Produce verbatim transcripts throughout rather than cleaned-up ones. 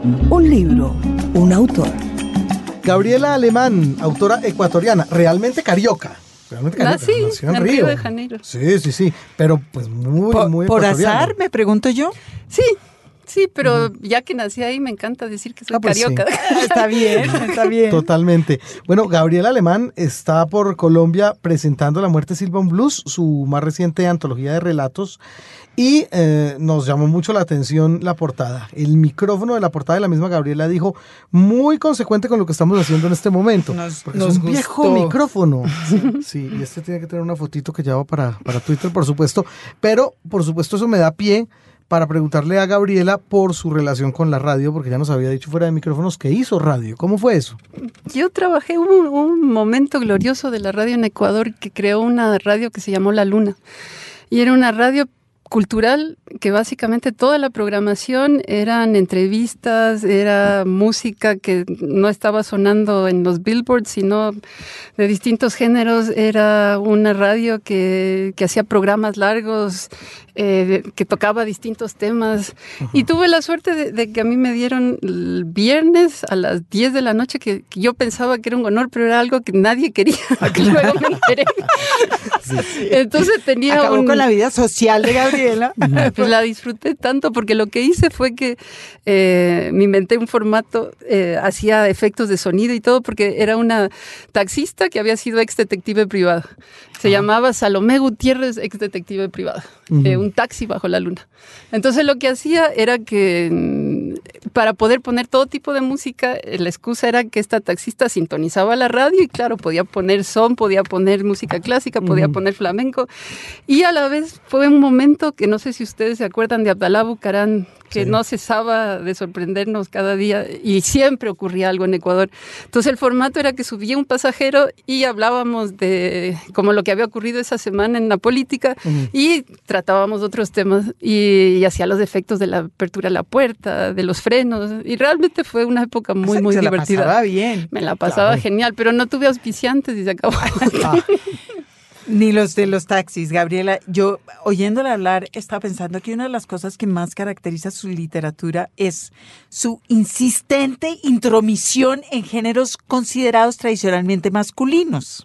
Un libro, un autor. Gabriela Alemán, autora ecuatoriana, realmente carioca. Realmente carioca. Nací Nació en, en Río. Río de Janeiro. Sí, sí, sí, pero pues muy, ¿Por, muy por ecuatoriana. azar, me pregunto yo? Sí, sí, pero uh-huh. ya que nací ahí me encanta decir que soy ah, pues carioca. Sí. Está bien, está bien. Totalmente. Bueno, Gabriela Alemán está por Colombia presentando La Muerte Silva un Blues, su más reciente antología de relatos, y eh, nos llamó mucho la atención la portada. El micrófono de la portada de la misma Gabriela dijo, muy consecuente con lo que estamos haciendo en este momento. Nos, porque nos es un gustó. viejo micrófono. Sí, sí, y este tiene que tener una fotito que lleva para, para Twitter, por supuesto. Pero, por supuesto, eso me da pie para preguntarle a Gabriela por su relación con la radio, porque ya nos había dicho fuera de micrófonos que hizo radio. ¿Cómo fue eso? Yo trabajé un, un momento glorioso de la radio en Ecuador que creó una radio que se llamó La Luna. Y era una radio cultural que básicamente toda la programación eran entrevistas, era música que no estaba sonando en los billboards, sino de distintos géneros. Era una radio que, que hacía programas largos, eh, que tocaba distintos temas. Uh-huh. Y tuve la suerte de, de que a mí me dieron el viernes a las diez de la noche, que, que yo pensaba que era un honor, pero era algo que nadie quería, que luego me enteré. Sí, sí. Entonces tenía Acabó un... con la vida social de Gabriela. Pues la disfruté tanto porque lo que hice fue que eh, me inventé un formato, eh, hacía efectos de sonido y todo, porque era una taxista que había sido ex detective privada. Se ah. llamaba Salomé Gutiérrez, ex detective privada. Uh-huh. Eh, un taxi bajo la luna. Entonces lo que hacía era que para poder poner todo tipo de música, la excusa era que esta taxista sintonizaba la radio y claro, podía poner son, podía poner música clásica, podía uh-huh. poner flamenco. Y a la vez fue un momento que no sé si ustedes se acuerdan de Abdalá Bucarán, que sí. no cesaba de sorprendernos cada día y siempre ocurría algo en Ecuador. Entonces el formato era que subía un pasajero y hablábamos de como lo que había ocurrido esa semana en la política uh-huh. y tratábamos otros temas y, y hacía los efectos de la apertura de la puerta, de los frenos y realmente fue una época muy, o sea, muy se divertida. La pasaba bien. Me la pasaba claro. genial, pero no tuve auspiciantes y se acabó. Ah. Ni los de los taxis, Gabriela. Yo, oyéndola hablar, estaba pensando que una de las cosas que más caracteriza su literatura es su insistente intromisión en géneros considerados tradicionalmente masculinos.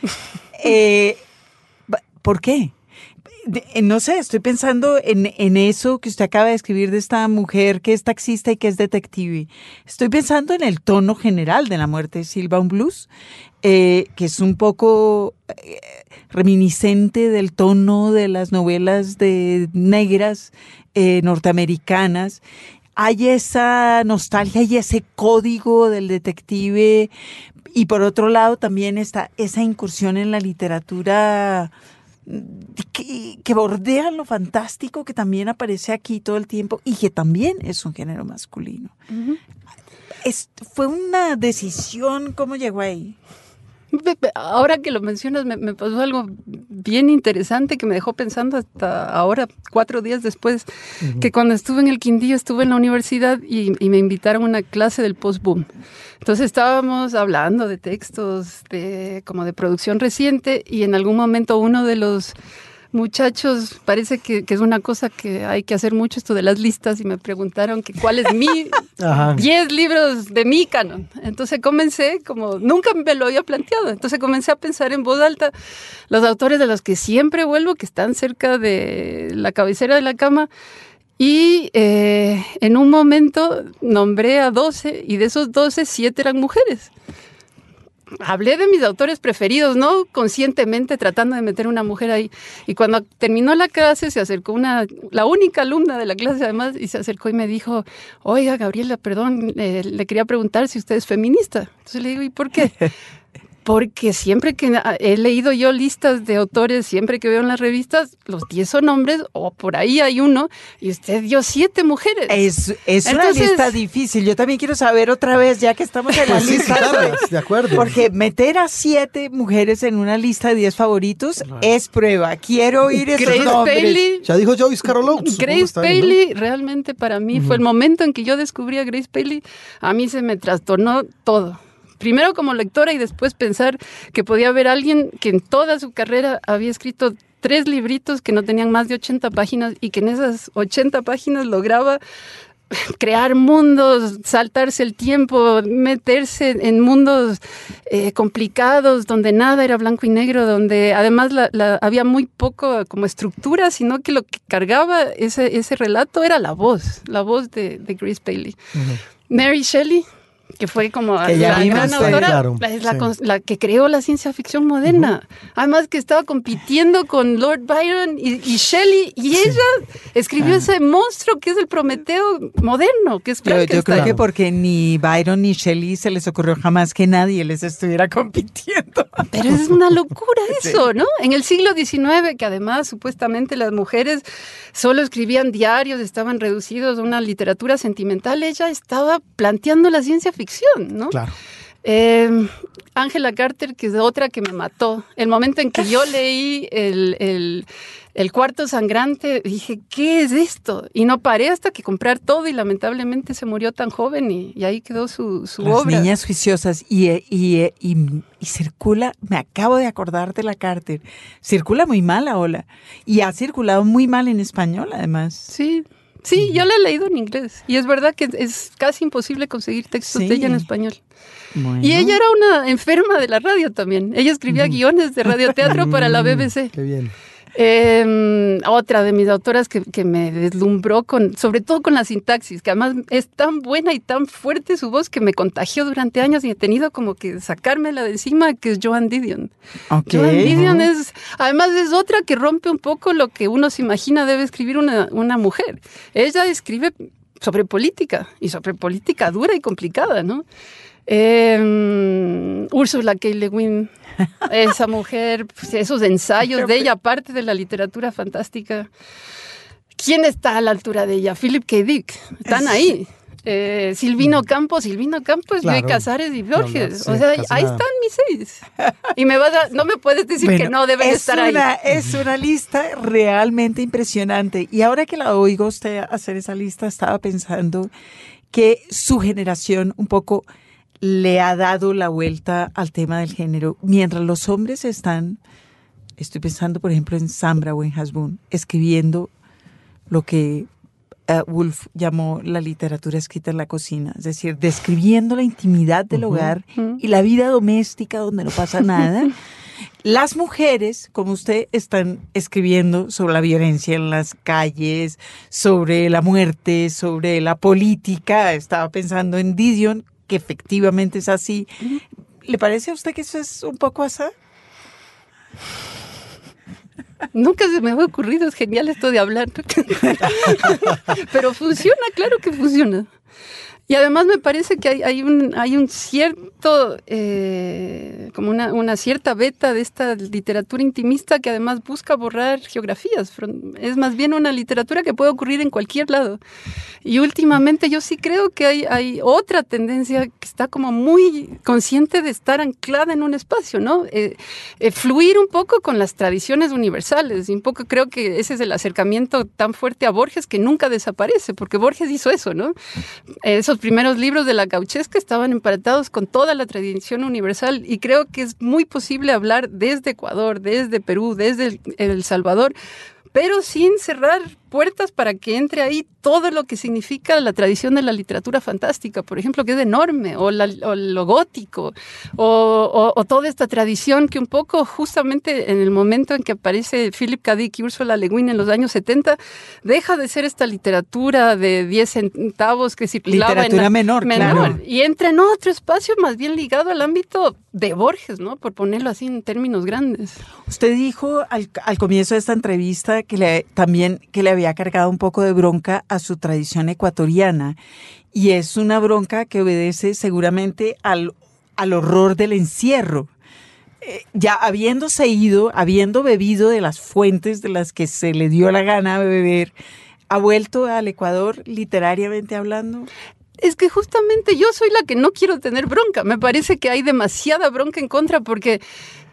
eh, ¿Por qué? De, no sé, estoy pensando en, en eso que usted acaba de escribir de esta mujer que es taxista y que es detective. Estoy pensando en el tono general de La Muerte de Silva un Blues, eh, que es un poco eh, reminiscente del tono de las novelas de negras eh, norteamericanas. Hay esa nostalgia y ese código del detective y por otro lado también está esa incursión en la literatura Que, que bordea lo fantástico que también aparece aquí todo el tiempo y que también es un género masculino. Uh-huh. Es, ¿Fue una decisión? ¿Cómo llegó ahí? Ahora que lo mencionas, me, me pasó algo bien interesante que me dejó pensando hasta ahora, cuatro días después, uh-huh. que cuando estuve en el Quindío, estuve en la universidad y, y me invitaron a una clase del post-boom. Entonces estábamos hablando de textos, de como de producción reciente y en algún momento uno de los muchachos, parece que, que es una cosa que hay que hacer mucho esto de las listas y me preguntaron que cuál es mi diez libros de mi canon. Entonces comencé como, nunca me lo había planteado, entonces comencé a pensar en voz alta los autores de los que siempre vuelvo, que están cerca de la cabecera de la cama y eh, en un momento nombré a doce y de esos doce, siete eran mujeres. Hablé de mis autores preferidos, ¿no? Conscientemente tratando de meter una mujer ahí. Y cuando terminó la clase se acercó una, la única alumna de la clase además, y se acercó y me dijo, oiga, Gabriela, perdón, eh, le quería preguntar si usted es feminista. Entonces le digo, ¿y por qué? Porque siempre que he leído yo listas de autores, siempre que veo en las revistas, los diez son hombres o por ahí hay uno y usted dio siete mujeres. Es, es Entonces, una lista difícil. Yo también quiero saber otra vez, ya que estamos en la pues lista. Sí, claro, de acuerdo. Porque meter a siete mujeres en una lista de diez favoritos claro. es prueba. Quiero oír esos Grace nombres. Paley, ya dijo Joyce Carol Oates. Grace Paley, ahí, ¿no? Realmente para mí uh-huh. fue el momento en que yo descubrí a Grace Paley. A mí se me trastornó todo. Primero como lectora y después pensar que podía haber alguien que en toda su carrera había escrito tres libritos que no tenían más de ochenta páginas y que en esas ochenta páginas lograba crear mundos, saltarse el tiempo, meterse en mundos eh, complicados, donde nada era blanco y negro, donde además la, la, había muy poco como estructura, sino que lo que cargaba ese, ese relato era la voz, la voz de, de Grace Paley. Uh-huh. Mary Shelley, que fue como que la gran sí, autora, claro, la, la, sí. la que creó la ciencia ficción moderna. Uh-huh. Además que estaba compitiendo con Lord Byron y, y Shelley, y sí. ella escribió ah. ese monstruo que es el Prometeo moderno, que es Yo, yo creo claro. que porque ni Byron ni Shelley se les ocurrió jamás que nadie les estuviera compitiendo. Pero es una locura eso, sí. ¿no? En el siglo diecinueve, que además supuestamente las mujeres solo escribían diarios, estaban reducidos a una literatura sentimental, ella estaba planteando la ciencia ficción. Ficción, ¿no? Claro. Eh, Angela Carter, que es otra que me mató. El momento en que yo leí el, el, el Cuarto Sangrante, dije, ¿qué es esto? Y no paré hasta que comprar todo y lamentablemente se murió tan joven y, y ahí quedó su, su Las obra. Las niñas juiciosas y, y, y, y circula, me acabo de acordar de la Carter, circula muy mal ahora y ha circulado muy mal en español además. Sí. Sí, yo la he leído en inglés y es verdad que es casi imposible conseguir textos sí. de ella en español. Bueno. Y ella era una enferma de la radio también. Ella escribía mm. guiones de radioteatro para la B B C. Qué bien. Eh, otra de mis autoras que, que me deslumbró, con, sobre todo con la sintaxis, que además es tan buena y tan fuerte su voz que me contagió durante años y he tenido como que sacármela de encima, que es Joan Didion. Okay. Joan Didion uh-huh. es, además es otra que rompe un poco lo que uno se imagina debe escribir una, una mujer. Ella escribe sobre política y sobre política dura y complicada, ¿no? Eh, Ursula K. Le Guin, esa mujer, pues esos ensayos de ella, parte de la literatura fantástica. ¿Quién está a la altura de ella? Philip K. Dick, están ahí. Eh, Silvino Campos, Silvino Campos, claro. Joe Casares y Borges. No, no, sí, o sea, ahí nada. Están mis seis. Y me vas a, no me puedes decir bueno, que no deben estar una, ahí. Es una lista realmente impresionante. Y ahora que la oigo usted hacer esa lista, estaba pensando que su generación un poco le ha dado la vuelta al tema del género. Mientras los hombres están, estoy pensando por ejemplo en Zambra o en Hasbun, escribiendo lo que uh, Woolf llamó la literatura escrita en la cocina, es decir, describiendo la intimidad del uh-huh. hogar uh-huh. y la vida doméstica donde no pasa nada. Las mujeres, como usted, están escribiendo sobre la violencia en las calles, sobre la muerte, sobre la política. Estaba pensando en Didion, que efectivamente es así. ¿Le parece a usted que eso es un poco así? Nunca se me había ocurrido, es genial esto de hablar. Pero funciona, claro que funciona. Y además me parece que hay, hay, un, hay un cierto, eh, como una, una cierta beta de esta literatura intimista que además busca borrar geografías. Es más bien una literatura que puede ocurrir en cualquier lado. Y últimamente yo sí creo que hay, hay otra tendencia que está como muy consciente de estar anclada en un espacio, ¿no? Eh, eh, fluir un poco con las tradiciones universales. Y un poco creo que ese es el acercamiento tan fuerte a Borges que nunca desaparece, porque Borges hizo eso, ¿no? Esos primeros libros de la gauchesca estaban emparentados con toda la tradición universal y creo que es muy posible hablar desde Ecuador, desde Perú, desde El, El Salvador, pero sin cerrar puertas para que entre ahí todo lo que significa la tradición de la literatura fantástica, por ejemplo, que es enorme, o, la, o lo gótico, o, o, o toda esta tradición que un poco justamente en el momento en que aparece Philip K. Dick y Ursula Le Guin en los años setenta, deja de ser esta literatura de diez centavos que circulaba literatura en la, menor, menor claro. Y entra en otro espacio más bien ligado al ámbito de Borges, ¿no? Por ponerlo así en términos grandes. Usted dijo al, al comienzo de esta entrevista que le, también que le había había cargado un poco de bronca a su tradición ecuatoriana y es una bronca que obedece seguramente al, al horror del encierro. Eh, ya habiéndose ido, habiendo bebido de las fuentes de las que se le dio la gana de beber, ¿ha vuelto al Ecuador literariamente hablando? Es que justamente yo soy la que no quiero tener bronca. Me parece que hay demasiada bronca en contra porque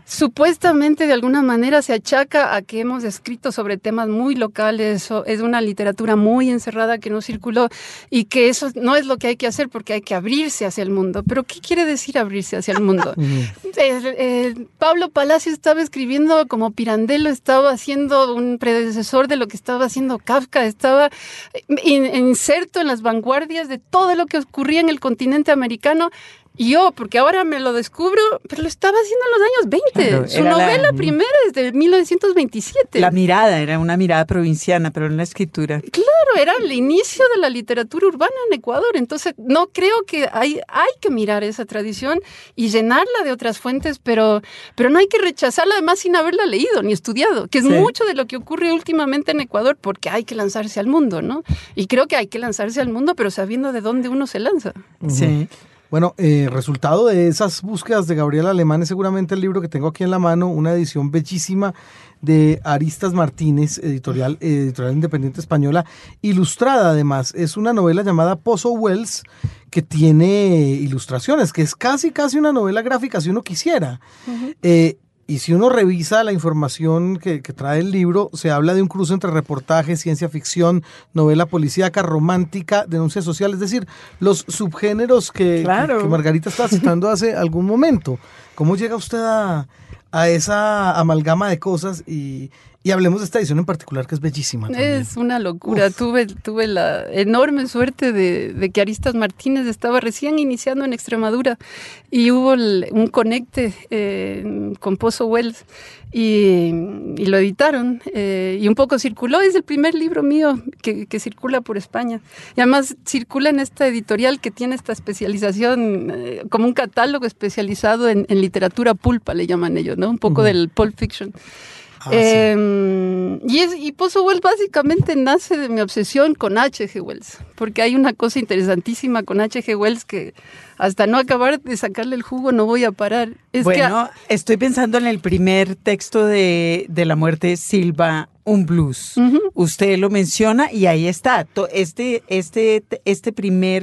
Supuestamente, de alguna manera, se achaca a que hemos escrito sobre temas muy locales, o es una literatura muy encerrada que no circuló y que eso no es lo que hay que hacer porque hay que abrirse hacia el mundo. ¿Pero qué quiere decir abrirse hacia el mundo? eh, eh, Pablo Palacio estaba escribiendo como Pirandello, estaba haciendo un predecesor de lo que estaba haciendo Kafka, estaba in, inserto en las vanguardias de todo lo que ocurría en el continente americano. Y yo, porque ahora me lo descubro, pero lo estaba haciendo en los años veinte. Claro, su novela la, primera es de mil novecientos veintisiete. La mirada, era una mirada provinciana, pero en la escritura. Claro, era el inicio de la literatura urbana en Ecuador. Entonces, no creo que hay, hay que mirar esa tradición y llenarla de otras fuentes, pero, pero no hay que rechazarla además sin haberla leído ni estudiado, que es sí. mucho de lo que ocurre últimamente en Ecuador, porque hay que lanzarse al mundo, ¿no? Y creo que hay que lanzarse al mundo, pero sabiendo de dónde uno se lanza. Uh-huh. Sí. Bueno, eh, resultado de esas búsquedas de Gabriela Alemán es seguramente el libro que tengo aquí en la mano, una edición bellísima de Aristas Martínez, editorial, editorial independiente española, ilustrada además. Es una novela llamada Pozo Wells que tiene ilustraciones, que es casi casi una novela gráfica si uno quisiera. Uh-huh. Eh, Y si uno revisa la información que, que trae el libro, se habla de un cruce entre reportaje, ciencia ficción, novela policíaca, romántica, denuncia social, es decir, los subgéneros que, claro. que, que Margarita estaba citando hace algún momento. ¿Cómo llega usted a, a esa amalgama de cosas? Y, y hablemos de esta edición en particular, que es bellísima también. Es una locura. Tuve, tuve la enorme suerte de, de que Aristas Martínez estaba recién iniciando en Extremadura y hubo el, un conecte eh, con Pozo Wells y, y lo editaron eh, y un poco circuló. Es el primer libro mío que, que circula por España y además circula en esta editorial que tiene esta especialización eh, como un catálogo especializado en, en literatura pulpa, le llaman ellos, ¿no? Un poco uh-huh. del pulp fiction. Ah, eh, sí. y, es, y Pozo Wells básicamente nace de mi obsesión con H G Wells, porque hay una cosa interesantísima con H G Wells que hasta no acabar de sacarle el jugo no voy a parar. Es bueno, que, estoy pensando en el primer texto de, de La muerte de Silva, un blues. Uh-huh. Usted lo menciona y ahí está. Este, este, este primer...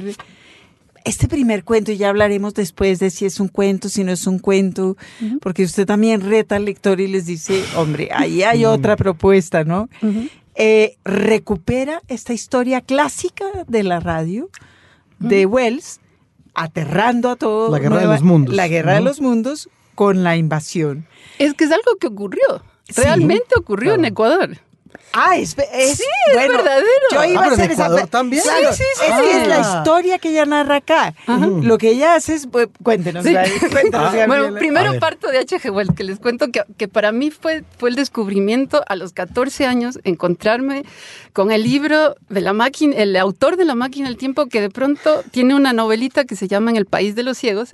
Este primer cuento, y ya hablaremos después de si es un cuento, si no es un cuento, uh-huh. porque usted también reta al lector y les dice, hombre, ahí hay otra propuesta, ¿no? Uh-huh. Eh, recupera esta historia clásica de la radio, uh-huh. de Wells, aterrando a todo. La guerra nueva, de los mundos. La guerra uh-huh. de los mundos con la invasión. Es que es algo que ocurrió, realmente sí, ocurrió claro. en Ecuador. Ah, es, es, sí, bueno, es verdadero. Yo iba ah, a hacer Ecuador esa también. Claro, sí, sí, sí. Es Ah. que es la historia que ella narra acá. Uh-huh. Lo que ella hace es, pues, cuéntenos, sí. cuéntenos. Ah. Bueno, primero parto de H G Wells, que les cuento que, que para mí fue, fue el descubrimiento a los catorce años, encontrarme con el libro de la máquina, el autor de La máquina del tiempo, que de pronto tiene una novelita que se llama En el país de los ciegos,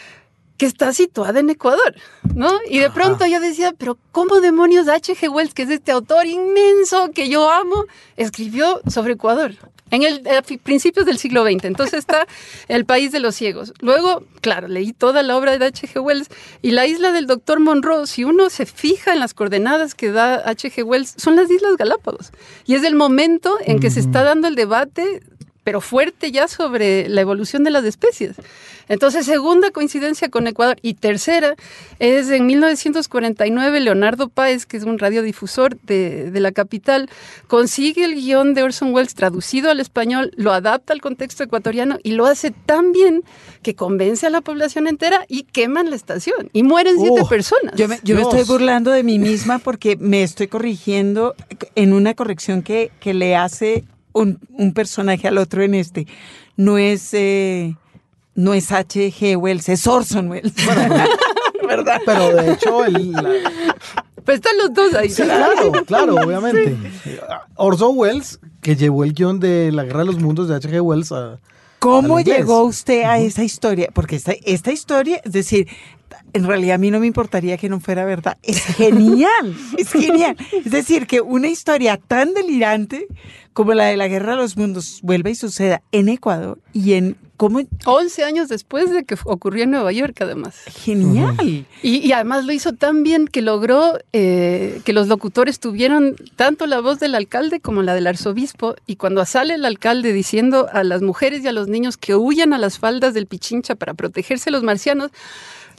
que está situada en Ecuador, ¿no? Y de pronto yo decía, pero ¿cómo demonios H G Wells, que es este autor inmenso que yo amo, escribió sobre Ecuador? En el a principios del siglo veinte. Entonces está El país de los ciegos. Luego, claro, leí toda la obra de H G Wells y la isla del doctor Monroe, si uno se fija en las coordenadas que da H G Wells, son las Islas Galápagos. Y es el momento en que uh-huh. se está dando el debate, pero fuerte ya, sobre la evolución de las especies. Entonces, segunda coincidencia con Ecuador. Y tercera, es en mil novecientos cuarenta y nueve, Leonardo Páez, que es un radiodifusor de, de la capital, consigue el guión de Orson Welles traducido al español, lo adapta al contexto ecuatoriano y lo hace tan bien que convence a la población entera y queman la estación. Y mueren siete oh, personas. Yo, me, yo me estoy burlando de mí misma porque me estoy corrigiendo en una corrección que, que le hace un, un personaje al otro en este. No es... Eh, No es H G Wells, es Orson Welles. Bueno, ¿verdad? Pero de hecho, el, la... pues están los dos ahí. Sí, claro, claro, obviamente. Sí. Orson Welles, que llevó el guión de La guerra de los mundos de H G Wells a... ¿Cómo llegó usted a esa historia? Porque esta, esta historia, es decir, en realidad a mí no me importaría que no fuera verdad. Es genial, es genial. Es decir, que una historia tan delirante como la de la guerra de los mundos vuelva y suceda en Ecuador y en... ¿Cómo? once años después de que ocurrió en Nueva York, además. Genial. Uh-huh. Y, y además lo hizo tan bien que logró eh, que los locutores tuvieran tanto la voz del alcalde como la del arzobispo. Y cuando sale el alcalde diciendo a las mujeres y a los niños que huyan a las faldas del Pichincha para protegerse de los marcianos,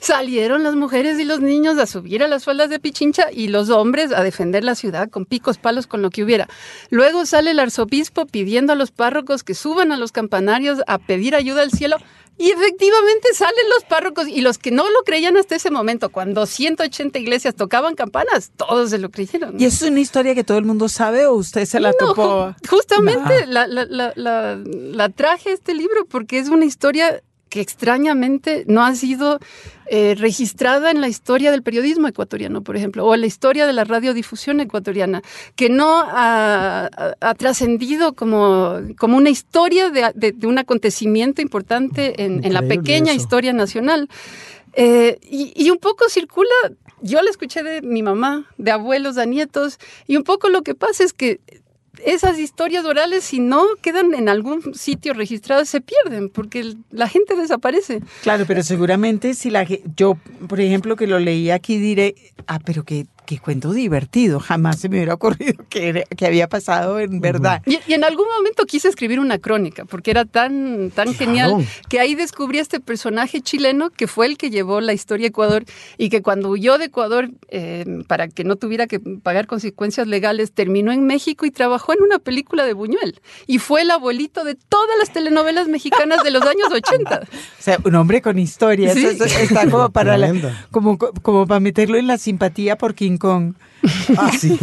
salieron las mujeres y los niños a subir a las faldas de Pichincha y los hombres a defender la ciudad con picos, palos, con lo que hubiera. Luego sale el arzobispo pidiendo a los párrocos que suban a los campanarios a pedir ayuda al cielo. Y efectivamente salen los párrocos y los que no lo creían hasta ese momento, cuando ciento ochenta iglesias tocaban campanas, todos se lo creyeron. ¿Y eso es una historia que todo el mundo sabe o usted se la no, topó? Justamente no. la, la, la, la, la traje a este libro porque es una historia que extrañamente no ha sido eh, registrada en la historia del periodismo ecuatoriano, por ejemplo, o en la historia de la radiodifusión ecuatoriana, que no ha, ha, ha trascendido como, como una historia de, de, de un acontecimiento importante en, en la pequeña eso. historia nacional. Eh, y, y un poco circula, yo la escuché de mi mamá, de abuelos a nietos, y un poco lo que pasa es que esas historias orales, si no quedan en algún sitio registradas, se pierden porque la gente desaparece. Claro, pero seguramente si la yo, por ejemplo, que lo leí aquí, diré, ah, pero qué, qué cuento divertido. Jamás se me hubiera ocurrido que, era, que había pasado en verdad. Y, y en algún momento quise escribir una crónica porque era tan, tan claro. genial que ahí descubrí a este personaje chileno que fue el que llevó la historia a Ecuador y que cuando huyó de Ecuador eh, para que no tuviera que pagar consecuencias legales, terminó en México y trabajó en una película de Buñuel y fue el abuelito de todas las telenovelas mexicanas de los años ochenta. O sea, un hombre con historia. Sí. Eso está como para, la, como, como para meterlo en la simpatía por King Kong. Ah, sí.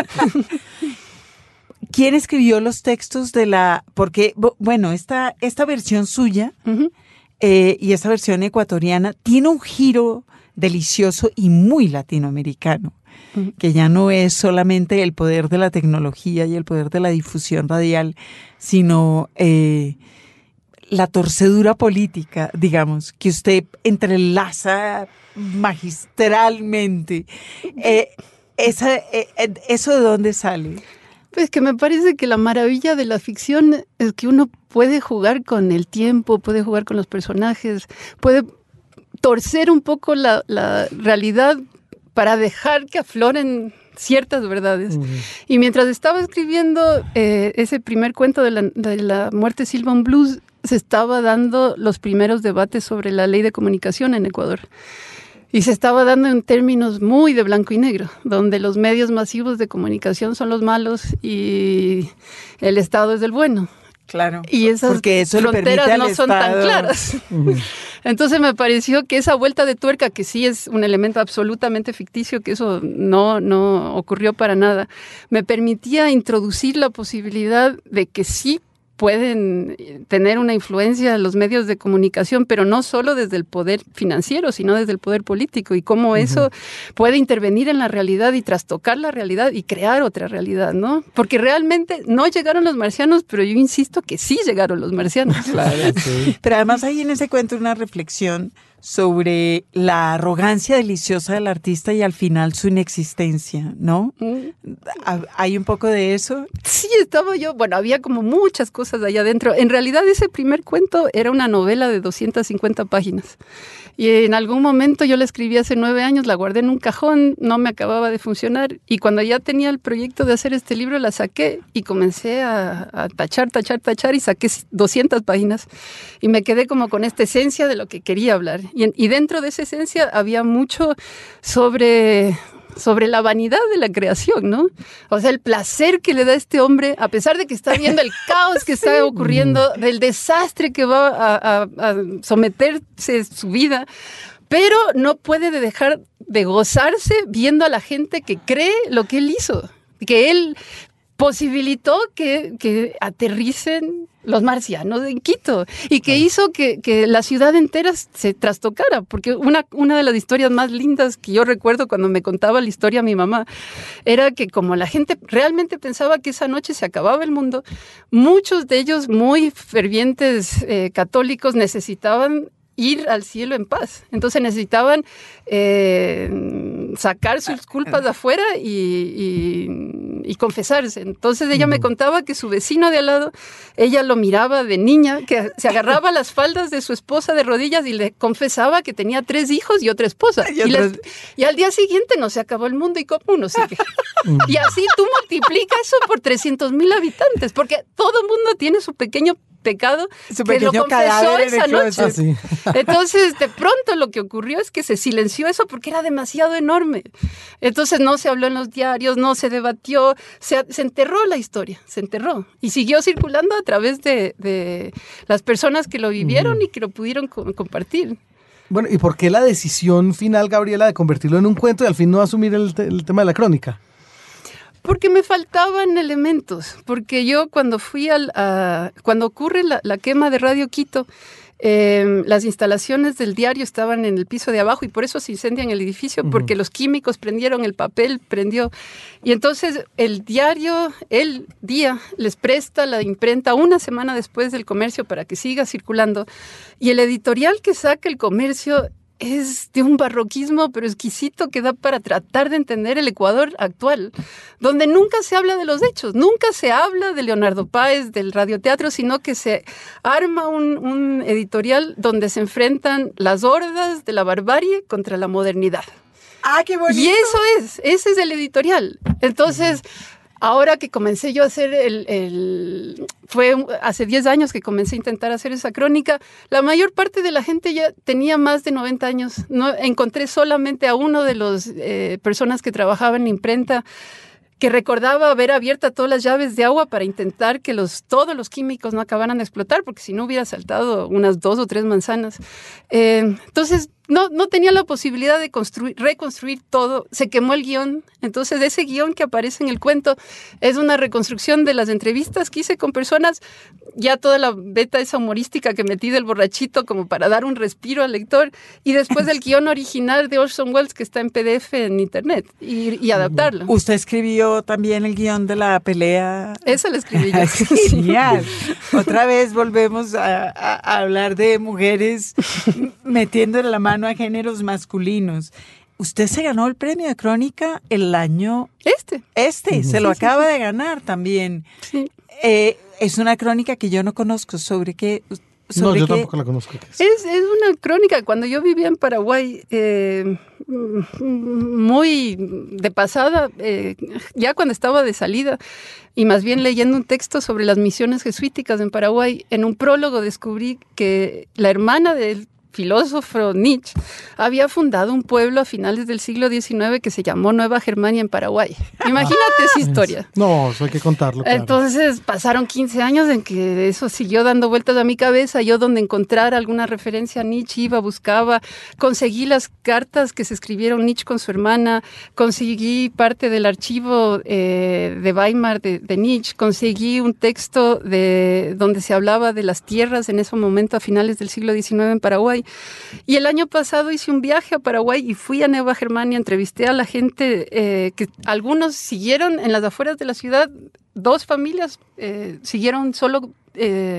¿Quién escribió los textos de la...? Porque, bueno, esta, esta versión suya uh-huh. eh, y esta versión ecuatoriana tiene un giro delicioso y muy latinoamericano, uh-huh. que ya no es solamente el poder de la tecnología y el poder de la difusión radial, sino eh, la torcedura política, digamos, que usted entrelaza magistralmente. Eh, esa, eh, ¿Eso de dónde sale? Pues que me parece que la maravilla de la ficción es que uno puede jugar con el tiempo, puede jugar con los personajes, puede torcer un poco la, la realidad para dejar que afloren ciertas verdades. Uh-huh. Y mientras estaba escribiendo eh, ese primer cuento de la, de la muerte Silvan Blues, se estaba dando los primeros debates sobre la ley de comunicación en Ecuador. Y se estaba dando en términos muy de blanco y negro, donde los medios masivos de comunicación son los malos y el Estado es el bueno. Claro, y esas porque eso fronteras no son Estado. tan claras. Uh-huh. Entonces me pareció que esa vuelta de tuerca, que sí es un elemento absolutamente ficticio, que eso no, no ocurrió para nada, me permitía introducir la posibilidad de que sí pueden tener una influencia en los medios de comunicación, pero no solo desde el poder financiero, sino desde el poder político, y cómo uh-huh. eso puede intervenir en la realidad y trastocar la realidad y crear otra realidad, ¿no? Porque realmente no llegaron los marcianos, pero yo insisto que sí llegaron los marcianos. Claro, sí. Pero además hay en ese cuento una reflexión sobre la arrogancia deliciosa del artista y al final su inexistencia, ¿no? Mm. ¿Hay un poco de eso? Sí, estaba yo, bueno, había como muchas cosas allá adentro. En realidad ese primer cuento era una novela de doscientas cincuenta páginas. Y en algún momento yo la escribí hace nueve años, la guardé en un cajón, no me acababa de funcionar. Y cuando ya tenía el proyecto de hacer este libro, la saqué y comencé a, a tachar, tachar, tachar y saqué doscientas páginas. Y me quedé como con esta esencia de lo que quería hablar. Y, en, y dentro de esa esencia había mucho sobre... sobre la vanidad de la creación, ¿no? O sea, el placer que le da a este hombre, a pesar de que está viendo el caos que está ocurriendo, del desastre que va a, a, a someterse su vida, pero no puede dejar de gozarse viendo a la gente que cree lo que él hizo, que él posibilitó que, que aterricen los marcianos en Quito y que hizo que, que la ciudad entera se trastocara, porque una, una de las historias más lindas que yo recuerdo cuando me contaba la historia a mi mamá era que como la gente realmente pensaba que esa noche se acababa el mundo, muchos de ellos muy fervientes eh, católicos necesitaban ir al cielo en paz. Entonces necesitaban eh, sacar sus culpas de afuera y, y, y confesarse. Entonces ella me contaba que su vecino de al lado, ella lo miraba de niña, que se agarraba las faldas de su esposa de rodillas y le confesaba que tenía tres hijos y otra esposa. Y, y, les, y al día siguiente no se acabó el mundo y cómo uno sigue. Y así tú multiplicas eso por trescientos mil habitantes, porque todo el mundo tiene su pequeño pecado Su que lo pequeño confesó cadáver en el esa noche. closet. Ah, sí. Entonces, de pronto lo que ocurrió es que se silenció eso porque era demasiado enorme. Entonces no se habló en los diarios, no se debatió, se, se enterró la historia, se enterró. Y siguió circulando a través de, de las personas que lo vivieron uh-huh. y que lo pudieron co- compartir. Bueno, ¿y por qué la decisión final, Gabriela, de convertirlo en un cuento y al fin no asumir el, te- el tema de la crónica? Porque me faltaban elementos, porque yo cuando fui al, a, cuando ocurre la, la quema de Radio Quito, eh, las instalaciones del diario estaban en el piso de abajo y por eso se incendian el edificio, uh-huh. porque los químicos prendieron, el papel prendió. Y entonces el diario, el día, les presta la imprenta una semana después del Comercio para que siga circulando. Y el editorial que saca el Comercio es de un barroquismo pero exquisito que da para tratar de entender el Ecuador actual, donde nunca se habla de los hechos, nunca se habla de Leonardo Páez, del radioteatro, sino que se arma un, un editorial donde se enfrentan las hordas de la barbarie contra la modernidad. ¡Ah, qué bonito! Y eso es, ese es el editorial. Entonces, ahora que comencé yo a hacer el, el... Fue hace diez años que comencé a intentar hacer esa crónica, la mayor parte de la gente ya tenía más de noventa años. No, encontré solamente a uno de los eh, personas que trabajaban en imprenta que recordaba haber abierto todas las llaves de agua para intentar que los, todos los químicos no acabaran de explotar, porque si no hubiera saltado unas dos o tres manzanas. Eh, entonces, no, no tenía la posibilidad de construir, reconstruir todo. Se quemó el guión. Entonces, ese guión que aparece en el cuento es una reconstrucción de las entrevistas que hice con personas, ya toda la beta esa humorística que metí del borrachito como para dar un respiro al lector, y después del guión original de Orson Welles que está en P D F en internet, y, y adaptarlo. ¿Usted escribió también el guión de la pelea? Eso lo escribí yo. Genial. Otra vez volvemos a, a, a hablar de mujeres metiendo la mano a géneros masculinos. Usted se ganó el premio de crónica el año... Este. Este, Uh-huh. se lo sí, acaba sí, sí. de ganar también. Sí. Eh, es una crónica que yo no conozco. ¿Sobre qué? Sobre no, yo qué? tampoco la conozco. Es, es una crónica. Cuando yo vivía en Paraguay, eh, muy de pasada, eh, ya cuando estaba de salida, y más bien leyendo un texto sobre las misiones jesuíticas en Paraguay, en un prólogo descubrí que la hermana del filósofo Nietzsche había fundado un pueblo a finales del siglo diecinueve que se llamó Nueva Germania en Paraguay. Imagínate esa historia. No, eso hay que contarlo. Claro. Entonces pasaron quince años en que eso siguió dando vueltas a mi cabeza. Yo donde encontrar alguna referencia a Nietzsche iba, buscaba, conseguí las cartas que se escribieron Nietzsche con su hermana, conseguí parte del archivo eh, de Weimar de, de Nietzsche, conseguí un texto de, donde se hablaba de las tierras en ese momento a finales del siglo diecinueve en Paraguay. Y el año pasado hice un viaje a Paraguay y fui a Nueva Germania, entrevisté a la gente eh, que algunos siguieron en las afueras de la ciudad, dos familias eh, siguieron solo eh,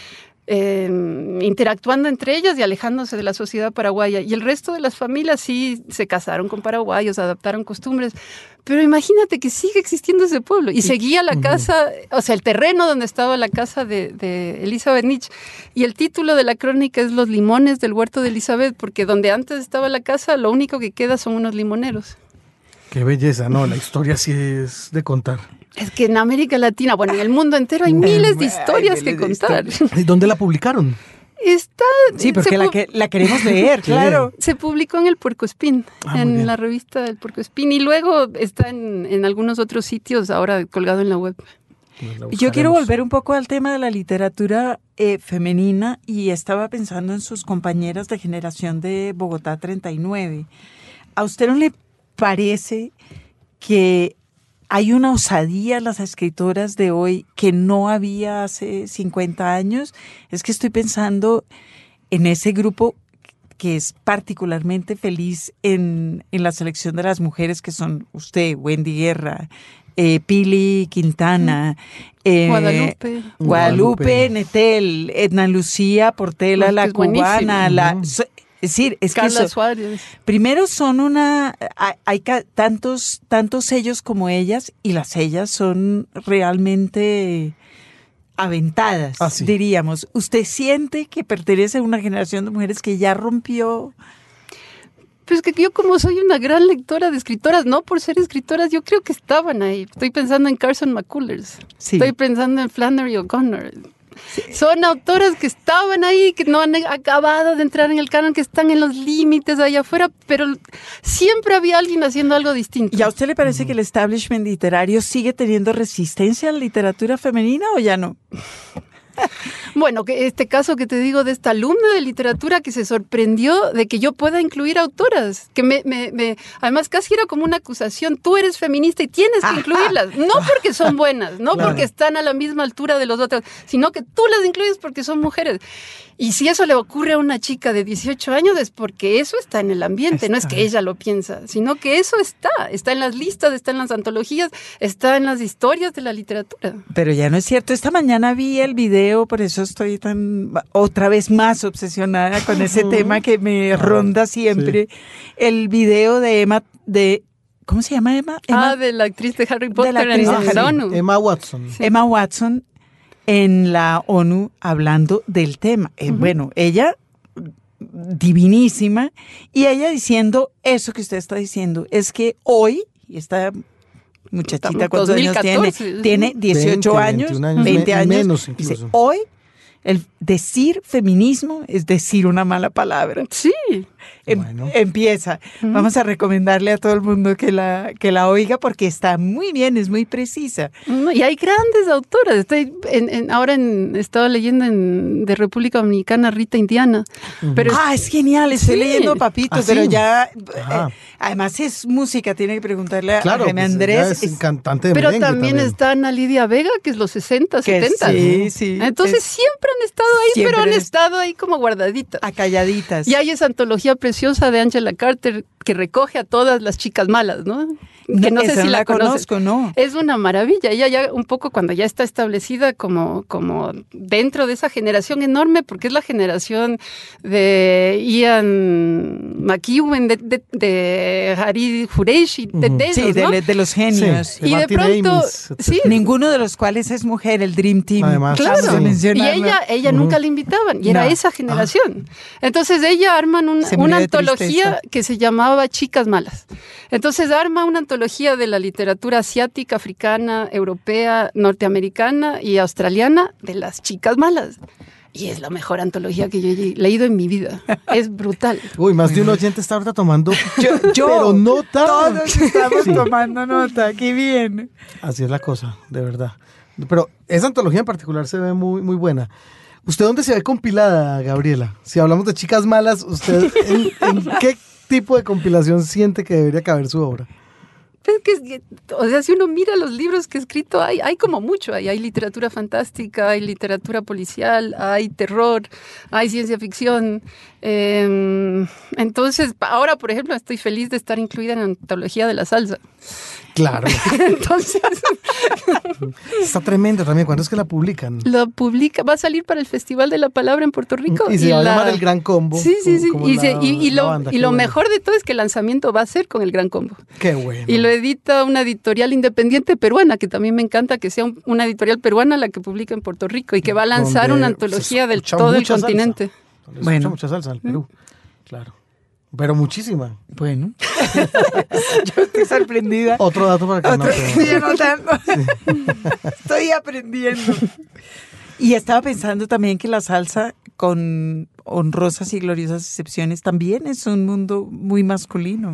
eh, interactuando entre ellas y alejándose de la sociedad paraguaya. Y el resto de las familias sí se casaron con paraguayos, adaptaron costumbres. Pero imagínate que sigue existiendo ese pueblo. Y seguía la casa, o sea, el terreno donde estaba la casa de, de Elizabeth Nietzsche. Y el título de la crónica es Los limones del huerto de Elizabeth, porque donde antes estaba la casa, lo único que queda son unos limoneros. Qué belleza, ¿no? La historia sí es de contar. Es que en América Latina, bueno, en el mundo entero hay miles de historias Ay, que miles de contar. ¿Y dónde la publicaron? Está, sí, porque la, que, la queremos leer, claro. Se publicó en el Puercoespín, ah, en la revista del Puercoespín, y luego está en, en algunos otros sitios, ahora colgado en la web. Yo quiero volver un poco al tema de la literatura eh, femenina y estaba pensando en sus compañeras de generación de Bogotá treinta y nueve. ¿A usted no le parece que hay una osadía en las escritoras de hoy que no había hace cincuenta años? Es que estoy pensando en ese grupo que es particularmente feliz en, en la selección de las mujeres, que son usted, Wendy Guerra, eh, Pili Quintana, eh, Guadalupe. Guadalupe Nettel, Edna Lucía Portela, pues la cubana, la... Uh-huh. So, Es decir, es Carla que so, Suárez. Primero son una, hay, hay tantos, tantos sellos como ellas y las ellas son realmente aventadas, ah, sí. diríamos. ¿Usted siente que pertenece a una generación de mujeres que ya rompió? Pues que yo como soy una gran lectora de escritoras, no por ser escritoras, yo creo que estaban ahí. Estoy pensando en Carson McCullers, sí. Estoy pensando en Flannery O'Connor. Sí. Son autoras que estaban ahí, que no han acabado de entrar en el canon, que están en los límites allá afuera, pero siempre había alguien haciendo algo distinto. ¿Y a usted le parece uh-huh. que el establishment literario sigue teniendo resistencia a la literatura femenina o ya no? Bueno, que este caso que te digo de esta alumna de literatura que se sorprendió de que yo pueda incluir autoras, que me, me, me además casi era como una acusación, tú eres feminista y tienes que Ajá. incluirlas, no porque son buenas, no claro. porque están a la misma altura de los otros, sino que tú las incluyes porque son mujeres. Y si eso le ocurre a una chica de dieciocho años es porque eso está en el ambiente, está. No es que ella lo piensa, sino que eso está, está en las listas, está en las antologías, está en las historias de la literatura. Pero ya no es cierto, esta mañana vi el video, por eso estoy tan otra vez más obsesionada con ese tema que me ronda siempre, sí. el video de Emma, de ¿cómo se llama Emma? Emma ah, de la actriz de Harry Potter de en la, la ONU. Emma Watson. Sí. Emma Watson en la ONU hablando del tema. Uh-huh. Eh, bueno, ella divinísima y ella diciendo eso que usted está diciendo, es que hoy, y esta muchachita, ¿cuántos años tiene? Tiene dieciocho años, años, veinte años. Menos incluso. Dice, hoy el decir feminismo es decir una mala palabra. Sí. Em, bueno. Empieza. Uh-huh. Vamos a recomendarle a todo el mundo que la, que la oiga porque está muy bien, es muy precisa. Uh-huh. Y hay grandes autoras. Estoy en, en, ahora en, estaba leyendo en, de República Dominicana Rita Indiana. Uh-huh. Pero ah, es genial. Estoy sí. leyendo Papito, ¿Ah, pero sí? ya... Ah. Eh, además es música, tiene que preguntarle claro, a Jaime pues Andrés. Es, es cantante de Pero merengue también, también está Ana Lidia Vega, que es los sesenta, setenta. Sí, sí. Entonces es, siempre han estado ahí, pero han es, estado ahí como guardaditas. Acalladitas. Y hay esa antología preciosa de Angela Carter que recoge a todas las chicas malas, ¿no? Que no, no sé si no la, la conozco, ¿no? Es una maravilla. Ella ya un poco cuando ya está establecida como, como dentro de esa generación enorme, porque es la generación de Ian McEwan, de, de, de Harry Jureishi, de, de esos, sí, ¿no? de, de los genios. Sí, y de pronto, Amis, sí, ninguno de los cuales es mujer, el Dream Team. Además, claro. Sí. Y ella, ella uh-huh. nunca la invitaban, y era no. esa generación. Ah. Entonces ella arman un, una antología que se llamaba Chicas Malas. Entonces arma una antología de la literatura asiática, africana, europea, norteamericana y australiana de las chicas malas. Y es la mejor antología que yo he leído en mi vida. Es brutal. Uy, más de un oyente está ahorita tomando yo, yo, pero nota. Todos estamos sí. tomando nota, qué bien. Así es la cosa, de verdad. Pero esa antología en particular se ve muy, muy buena. ¿Usted dónde se ve compilada, Gabriela? Si hablamos de chicas malas, ¿usted en, en qué tipo de compilación siente que debería caber su obra? Es que, o sea, si uno mira los libros que he escrito, hay, hay como mucho. Hay, hay literatura fantástica, hay literatura policial, hay terror, hay ciencia ficción. Eh, entonces, ahora, por ejemplo, estoy feliz de estar incluida en la antología de la salsa. Claro. Entonces... Está tremendo también. ¿Cuándo es que la publican? La publica, va a salir para el Festival de la Palabra en Puerto Rico. Y se y va la... a llamar El Gran Combo. Sí, sí, sí. Como y, la, se, y, y lo, banda, y lo bueno. mejor de todo es que el lanzamiento va a ser con El Gran Combo. Qué bueno. Y lo edita una editorial independiente peruana, que también me encanta que sea un, una editorial peruana la que publica en Puerto Rico y que va a lanzar Donde una antología del todo el continente. Salsa. Bueno, mucha salsa en el Perú, claro. Pero muchísima. Bueno. Yo estoy sorprendida. Otro dato para que Otro, no estoy anotando. Sí. Estoy aprendiendo. Y estaba pensando también que la salsa, con honrosas y gloriosas excepciones, también es un mundo muy masculino.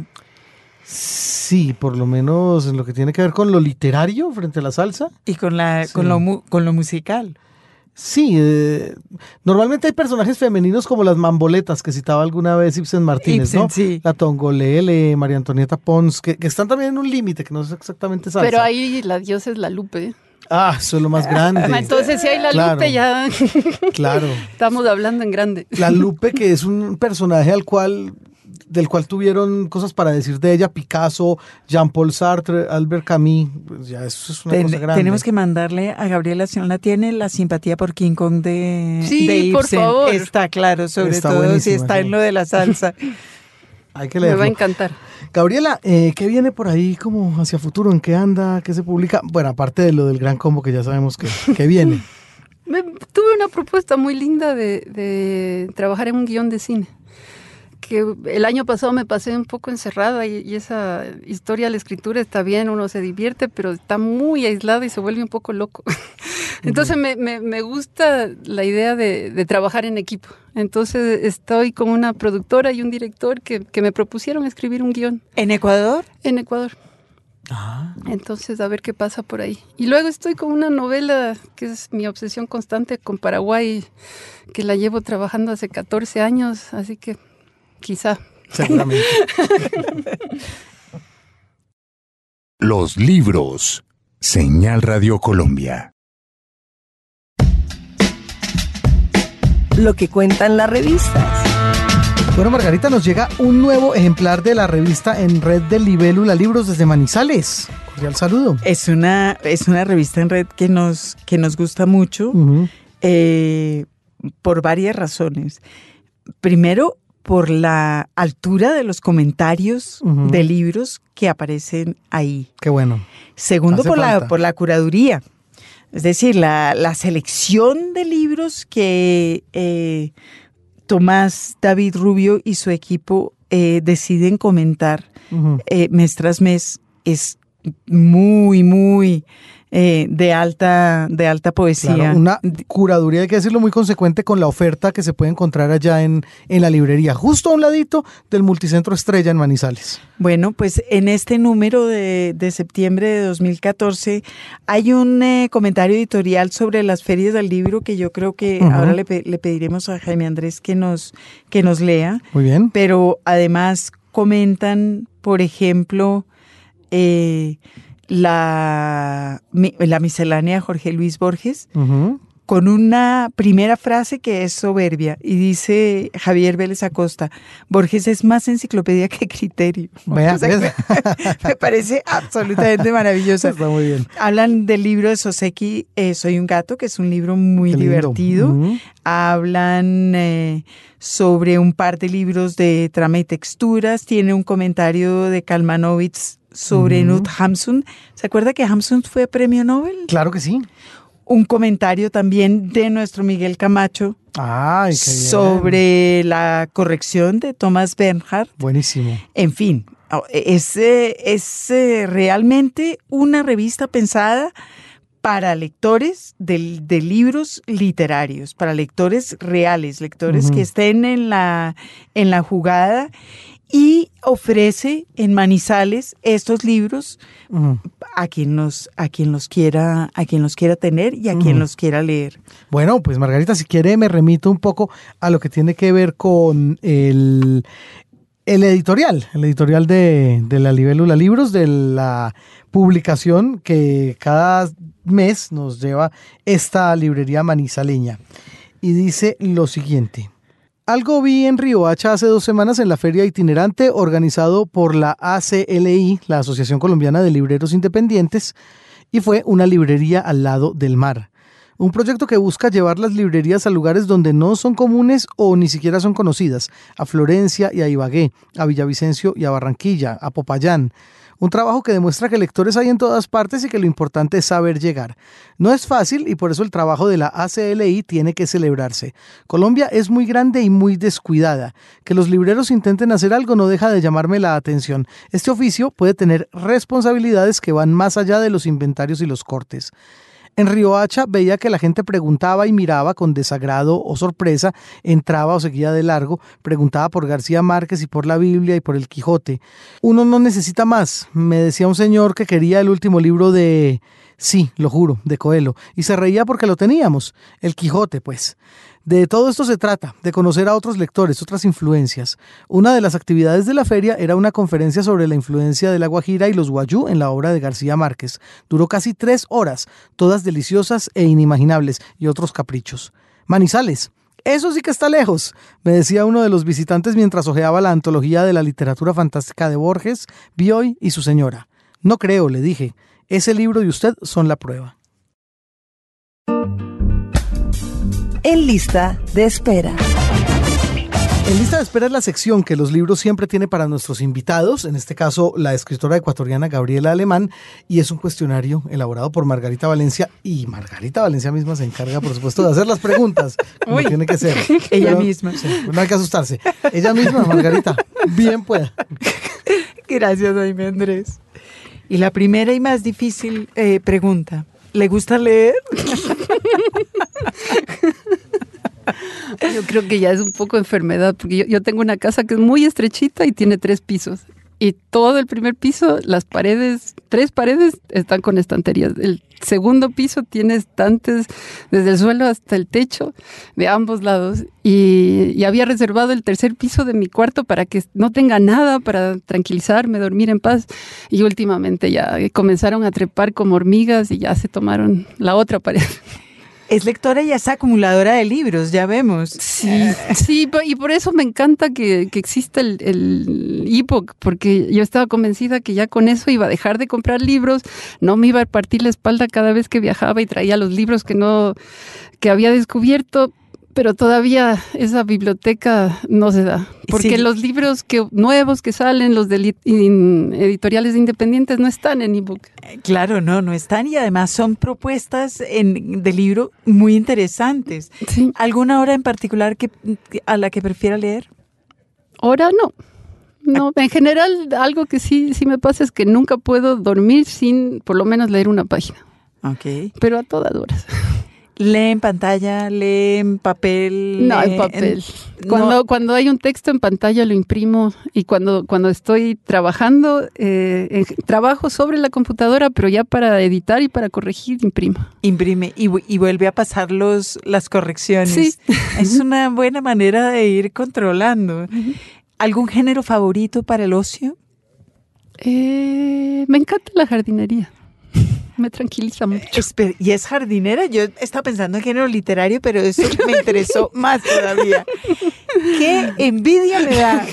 Sí, por lo menos en lo que tiene que ver con lo literario frente a la salsa. Y con, la, sí. con, lo, con lo musical. Sí, eh, normalmente hay personajes femeninos como las mamboletas que citaba alguna vez Ibsen Martínez, Ibsen, ¿no? Sí. La Tongolele, María Antonieta Pons, que, que están también en un límite, que no es exactamente salsa. Pero ahí la diosa es la Lupe. Ah, eso es lo más grande. Entonces, si hay la claro, Lupe, ya claro. estamos hablando en grande. La Lupe, que es un personaje al cual... del cual tuvieron cosas para decir de ella, Picasso, Jean-Paul Sartre, Albert Camus, pues ya eso es una Ten, cosa grande. Tenemos que mandarle a Gabriela, si no la tiene, la simpatía por King Kong de, sí, de Ibsen. Por favor. Está claro, sobre está todo si está sí. en lo de la salsa. Hay que leerlo. Me va a encantar. Gabriela, eh, ¿qué viene por ahí como hacia futuro? ¿En qué anda? ¿Qué se publica? Bueno, aparte de lo del Gran Combo que ya sabemos que, que viene. Me, tuve una propuesta muy linda de, de trabajar en un guión de cine. que el año pasado me pasé un poco encerrada y, y esa historia, la escritura está bien, uno se divierte, pero está muy aislado y se vuelve un poco loco. Entonces me, me, me gusta la idea de, de trabajar en equipo. Entonces estoy con una productora y un director que, que me propusieron escribir un guión. ¿En Ecuador? En Ecuador. Ah. Entonces, a ver qué pasa por ahí. Y luego estoy con una novela que es mi obsesión constante con Paraguay, que la llevo trabajando hace catorce años, así que quizá. Seguramente. Los libros. Señal Radio Colombia. Lo que cuentan las revistas. Bueno, Margarita, nos llega un nuevo ejemplar de la revista en red de Libélula Libros desde Manizales. Cordial saludo. Es una, es una revista en red que nos, que nos gusta mucho, uh-huh. eh, por varias razones. Primero, por la altura de los comentarios uh-huh. de libros que aparecen ahí. Qué bueno. Segundo, por la, por la curaduría. Es decir, la, la selección de libros que eh, Tomás David Rubio y su equipo eh, deciden comentar uh-huh. eh, mes tras mes es muy, muy eh, de alta, de alta poesía. Claro, una curaduría, hay que decirlo, muy consecuente con la oferta que se puede encontrar allá en, en la librería, justo a un ladito del Multicentro Estrella en Manizales. Bueno, pues en este número de, de septiembre de dos mil catorce hay un eh, comentario editorial sobre las ferias del libro que yo creo que uh-huh. ahora le, le pediremos a Jaime Andrés que nos, que nos lea. Muy bien. Pero además comentan, por ejemplo, eh, la, la miscelánea de Jorge Luis Borges, uh-huh. con una primera frase que es soberbia, y dice Javier Vélez Acosta: Borges es más enciclopedia que criterio. Vea, o sea, me, me parece absolutamente maravilloso. Está muy bien. Hablan del libro de Soseki, eh, Soy un gato, que es un libro muy Qué divertido. Uh-huh. Hablan eh, sobre un par de libros de trama y texturas. Tiene un comentario de Kalmanovitz sobre uh-huh. Knut Hamsun. ¿Se acuerda que Hamsun fue premio Nobel? Claro que sí. Un comentario también de nuestro Miguel Camacho. Ay, qué bien. Sobre la corrección de Thomas Bernhard. Buenísimo. En fin, es, es realmente una revista pensada para lectores de, de libros literarios, para lectores reales, lectores uh-huh. que estén en la, en la jugada, y ofrece en Manizales estos libros uh-huh. a quien los a quien los quiera a quien los quiera tener y a uh-huh. quien los quiera leer. Bueno, pues Margarita, si quiere me remito un poco a lo que tiene que ver con el el editorial, el editorial de, de la Libélula Libros, de la publicación que cada mes nos lleva esta librería manizaleña. Y dice lo siguiente: algo vi en Riohacha hace dos semanas en la feria itinerante organizado por la A C L I, la Asociación Colombiana de Libreros Independientes, y fue una librería al lado del mar. Un proyecto que busca llevar las librerías a lugares donde no son comunes o ni siquiera son conocidas, a Florencia y a Ibagué, a Villavicencio y a Barranquilla, a Popayán. Un trabajo que demuestra que lectores hay en todas partes y que lo importante es saber llegar. No es fácil y por eso el trabajo de la A C L I tiene que celebrarse. Colombia es muy grande y muy descuidada. Que los libreros intenten hacer algo no deja de llamarme la atención. Este oficio puede tener responsabilidades que van más allá de los inventarios y los cortes. En Riohacha veía que la gente preguntaba y miraba con desagrado o sorpresa, entraba o seguía de largo, preguntaba por García Márquez y por la Biblia y por el Quijote. Uno no necesita más, me decía un señor que quería el último libro de... Sí, lo juro, de Coelho, y se reía porque lo teníamos, el Quijote, pues. De todo esto se trata, de conocer a otros lectores, otras influencias. Una de las actividades de la feria era una conferencia sobre la influencia de la Guajira y los guayú en la obra de García Márquez. Duró casi tres horas, todas deliciosas e inimaginables, y otros caprichos. Manizales, eso sí que está lejos, me decía uno de los visitantes mientras hojeaba la antología de la literatura fantástica de Borges, Bioy y su señora. No creo, le dije, ese libro y usted son la prueba. En lista de espera. En lista de espera es la sección que Los Libros siempre tiene para nuestros invitados, en este caso la escritora ecuatoriana Gabriela Alemán, y es un cuestionario elaborado por Margarita Valencia, y Margarita Valencia misma se encarga, por supuesto, de hacer las preguntas, como Uy, tiene que ser. ella Pero, misma. sí, no hay que asustarse. Ella misma, Margarita, bien pueda. Gracias, Jaime Andrés. Y la primera y más difícil eh, pregunta, ¿le gusta leer? Yo creo que ya es un poco enfermedad, porque yo, yo tengo una casa que es muy estrechita y tiene tres pisos. Y todo el primer piso, las paredes, tres paredes están con estanterías. El segundo piso tiene estantes desde el suelo hasta el techo, de ambos lados. Y, y había reservado el tercer piso de mi cuarto para que no tenga nada, para tranquilizarme, dormir en paz. Y últimamente ya comenzaron a trepar como hormigas y ya se tomaron la otra pared. Es lectora y es acumuladora de libros, ya vemos. Sí, sí, y por eso me encanta que, que exista el, el ebook, porque yo estaba convencida que ya con eso iba a dejar de comprar libros, no me iba a partir la espalda cada vez que viajaba y traía los libros que no, que había descubierto. Pero todavía esa biblioteca no se da, porque Sí. los libros que nuevos que salen, los de li- in- editoriales independientes, no están en ebook. Claro, no, no están y además son propuestas en, de libro muy interesantes. Sí. ¿Alguna hora en particular que, a la que prefiera leer? Ahora no. No, en general algo que sí, sí me pasa es que nunca puedo dormir sin por lo menos leer una página, Ok. pero a todas horas. ¿Lee en pantalla? ¿Lee en papel? No, lee en papel. en- Cuando, no. cuando hay un texto en pantalla lo imprimo y cuando, cuando estoy trabajando, eh, en- trabajo sobre la computadora, pero ya para editar y para corregir imprimo. Imprime y, vu- y vuelve a pasar los, las correcciones. Sí. Es una buena manera de ir controlando. ¿Algún género favorito para el ocio? Eh, me encanta la jardinería. Me tranquiliza mucho. Espe- ¿Y es jardinera? Yo estaba pensando en género literario, pero eso me interesó más todavía. ¡Qué envidia me da!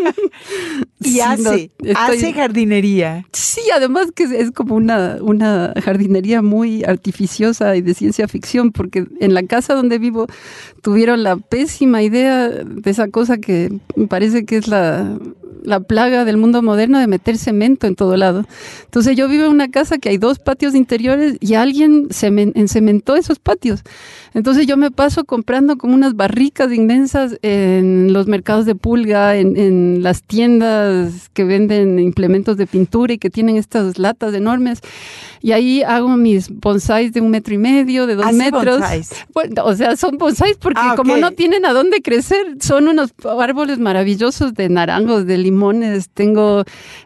Y Sí, hace, no, estoy- hace jardinería. Sí, además que es, es como una, una jardinería muy artificiosa y de ciencia ficción, porque en la casa donde vivo tuvieron la pésima idea de esa cosa que me parece que es la, la plaga del mundo moderno de meter cemento en todo lado. Entonces yo vivo en una casa que hay dos patios interiores y alguien cemen- encementó esos patios. Entonces yo me paso comprando como unas barricas inmensas en los mercados de pulga, en, en las tiendas que venden implementos de pintura y que tienen estas latas enormes. Y ahí hago mis bonsáis de un metro y medio, de dos ¿Hace metros. bonsáis? Bueno, o sea, son bonsáis porque Ah, ok. como no tienen a dónde crecer, son unos árboles maravillosos de naranjos, de limones. Tengo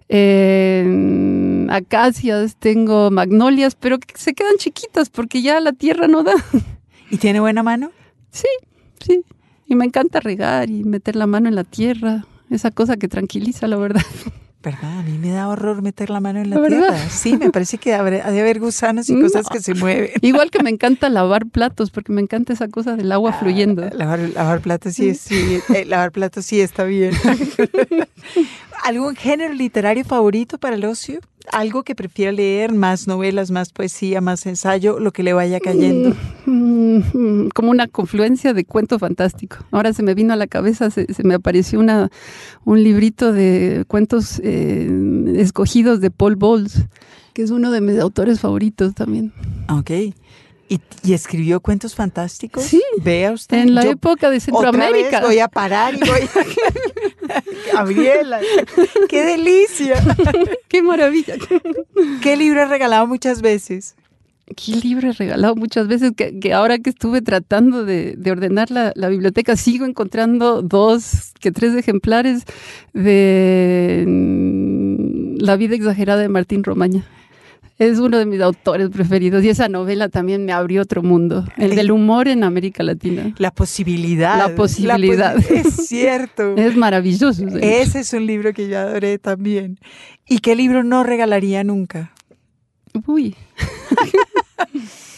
eh, acacias, tengo magnolias, pero que se quedan chiquitas porque ya la tierra no da. ¿Y tiene buena mano? Sí, sí. Y me encanta regar y meter la mano en la tierra. Esa cosa que tranquiliza, la verdad. ¿Verdad? A mí me da horror meter la mano en la ¿La verdad? tierra. Sí, me parece que habrá- ha de haber gusanos y No. cosas que se mueven. Igual que me encanta lavar platos, porque me encanta esa cosa del agua fluyendo. Lavar, lavar platos sí, es- sí, eh, lavar platos sí está bien. ¿Algún género literario favorito para el ocio? ¿Algo que prefiera leer? ¿Más novelas, más poesía, más ensayo? Lo que le vaya cayendo. Mm, como una confluencia de cuento fantástico. Ahora se me vino a la cabeza, se, se me apareció una, un librito de cuentos eh, escogidos de Paul Bowles, que es uno de mis autores favoritos también. Ok. ¿Y, y escribió cuentos fantásticos? Sí. Vea usted. En la Yo época de otra Centroamérica. vez voy a parar y voy a... Gabriela, ¡qué delicia! ¡Qué maravilla! ¿Qué libro has regalado muchas veces? ¿Qué libro he regalado muchas veces? Que, que ahora que estuve tratando de, de ordenar la, la biblioteca, sigo encontrando dos, que tres ejemplares de mm, La vida exagerada de Martín Romaña. Es uno de mis autores preferidos y esa novela también me abrió otro mundo, el del humor en América Latina. La posibilidad. La posibilidad. La posi- es cierto. Es maravilloso. Ese es un libro que yo adoré también. ¿Y qué libro no regalaría nunca? Uy.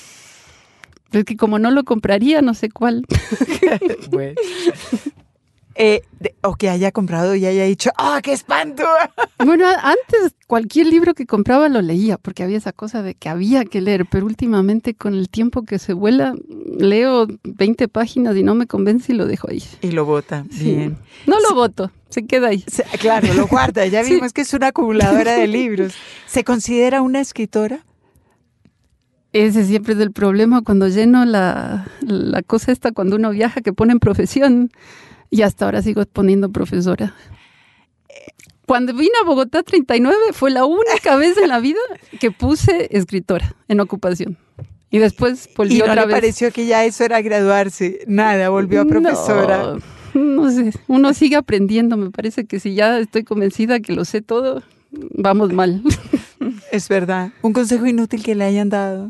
Es que como no lo compraría, no sé cuál. Bueno. Eh, de, o que haya comprado y haya dicho, ¡ah, qué espanto! Bueno, antes cualquier libro que compraba lo leía, porque había esa cosa de que había que leer, pero últimamente con el tiempo que se vuela, leo veinte páginas y no me convence y lo dejo ahí. Y lo bota, Sí. bien. No lo voto, se queda ahí. Se, claro, lo guarda, ya vimos sí. que es una acumuladora de libros. ¿Se considera una escritora? Ese siempre es el problema cuando lleno la, la cosa esta, cuando uno viaja, que ponen profesión. Y hasta ahora sigo poniendo profesora. Cuando vine a Bogotá treinta y nueve fue la única vez en la vida que puse escritora en ocupación. Y después volví ¿Y no otra le vez. pareció que ya eso era graduarse? Nada, volvió a profesora. No, no sé, uno sigue aprendiendo. Me parece que si ya estoy convencida que lo sé todo, vamos mal. Es verdad. Un consejo inútil que le hayan dado.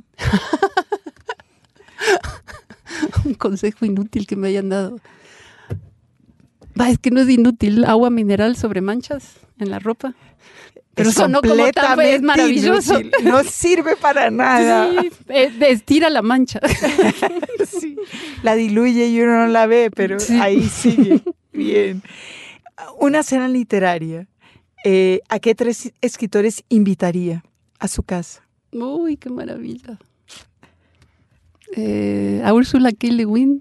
Un consejo inútil que me hayan dado. Va, es que no es inútil, agua mineral sobre manchas en la ropa. Pero es eso no como tal, es maravilloso. Inútil. No sirve para nada. Sí, estira la mancha. Sí, la diluye y uno no la ve, pero sí. Ahí sigue. Bien. Una cena literaria. Eh, ¿A qué tres escritores invitaría a su casa? Uy, qué maravilla. Eh, a Ursula K. Le Guin.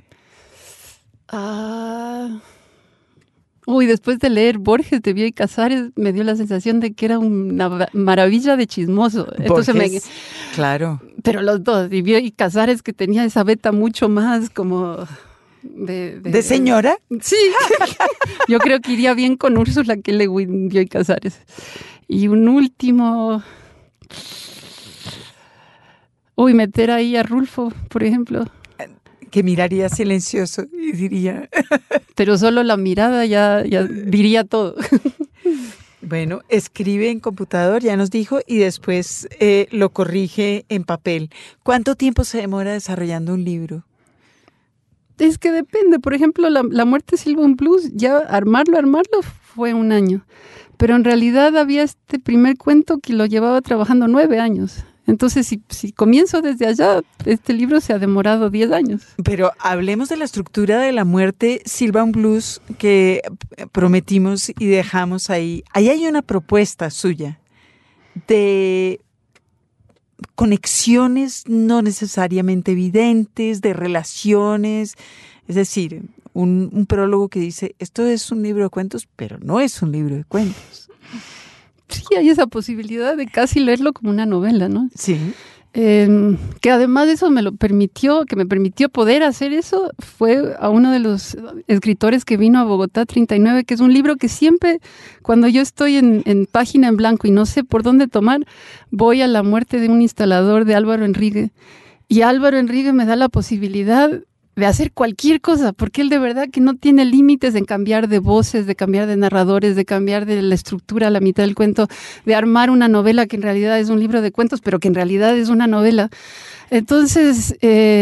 Ah... Uy, después de leer Borges de Bioy Casares, me dio la sensación de que era una maravilla de chismoso. Entonces Borges, me... claro. Pero los dos, y Bioy Casares, que tenía esa beta mucho más como... ¿De, de, ¿De señora? Sí. Yo creo que iría bien con Úrsula K. Le Guin, Bioy Casares. Y un último... Uy, meter ahí a Rulfo, por ejemplo. Que miraría silencioso y diría... Pero solo la mirada ya, ya diría todo. Bueno, escribe en computador, ya nos dijo, y después eh, lo corrige en papel. ¿Cuánto tiempo se demora desarrollando un libro? Es que depende. Por ejemplo, La, la muerte de Silvan Blues, ya armarlo, armarlo fue un año. Pero en realidad había este primer cuento que lo llevaba trabajando nueve años. Entonces, si, si comienzo desde allá, este libro se ha demorado diez años. Pero hablemos de la estructura de La muerte Silvan Blues que prometimos y dejamos ahí. Ahí hay una propuesta suya de conexiones no necesariamente evidentes, de relaciones. Es decir, un, un prólogo que dice, esto es un libro de cuentos, pero no es un libro de cuentos. Sí, hay esa posibilidad de casi leerlo como una novela, ¿no? Sí. Eh, que además de eso me lo permitió, que me permitió poder hacer eso, fue a uno de los escritores que vino a Bogotá treinta y nueve, que es un libro que siempre, cuando yo estoy en, en página en blanco y no sé por dónde tomar, voy a La muerte de un instalador de Álvaro Enrique. Y Álvaro Enrique me da la posibilidad de hacer cualquier cosa, porque él de verdad que no tiene límites en cambiar de voces, de cambiar de narradores, de cambiar de la estructura a la mitad del cuento, de armar una novela que en realidad es un libro de cuentos, pero que en realidad es una novela. Entonces,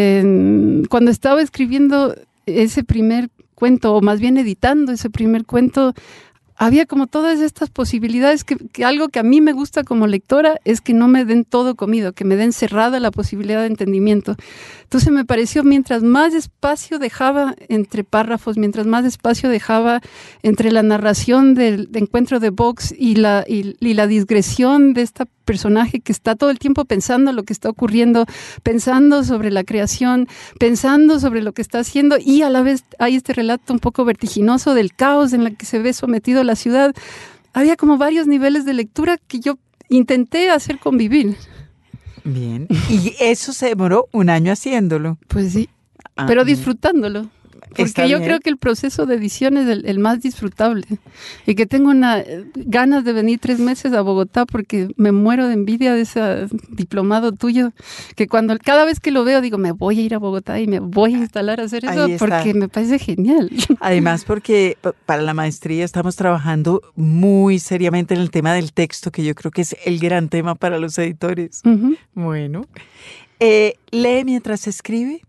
eh, cuando estaba escribiendo ese primer cuento, o más bien editando ese primer cuento, había como todas estas posibilidades, que, que algo que a mí me gusta como lectora es que no me den todo comido, que me den cerrada la posibilidad de entendimiento. Entonces me pareció, mientras más espacio dejaba entre párrafos, mientras más espacio dejaba entre la narración del de encuentro de Vox y la, y, y la digresión de esta personaje que está todo el tiempo pensando lo que está ocurriendo, pensando sobre la creación, pensando sobre lo que está haciendo, y a la vez hay este relato un poco vertiginoso del caos en el que se ve sometido la ciudad. Había como varios niveles de lectura que yo intenté hacer convivir. Bien. Y eso se demoró un año haciéndolo. Pues sí, ah, pero disfrutándolo. Porque Está yo bien. creo que el proceso de edición es el, el más disfrutable. Y que tengo una, ganas de venir tres meses a Bogotá porque me muero de envidia de ese diplomado tuyo. Que cuando cada vez que lo veo digo, me voy a ir a Bogotá y me voy a instalar a hacer eso porque me parece genial. Además porque para la maestría estamos trabajando muy seriamente en el tema del texto, que yo creo que es el gran tema para los editores. Uh-huh. Bueno. Eh, ¿Lee mientras escribe?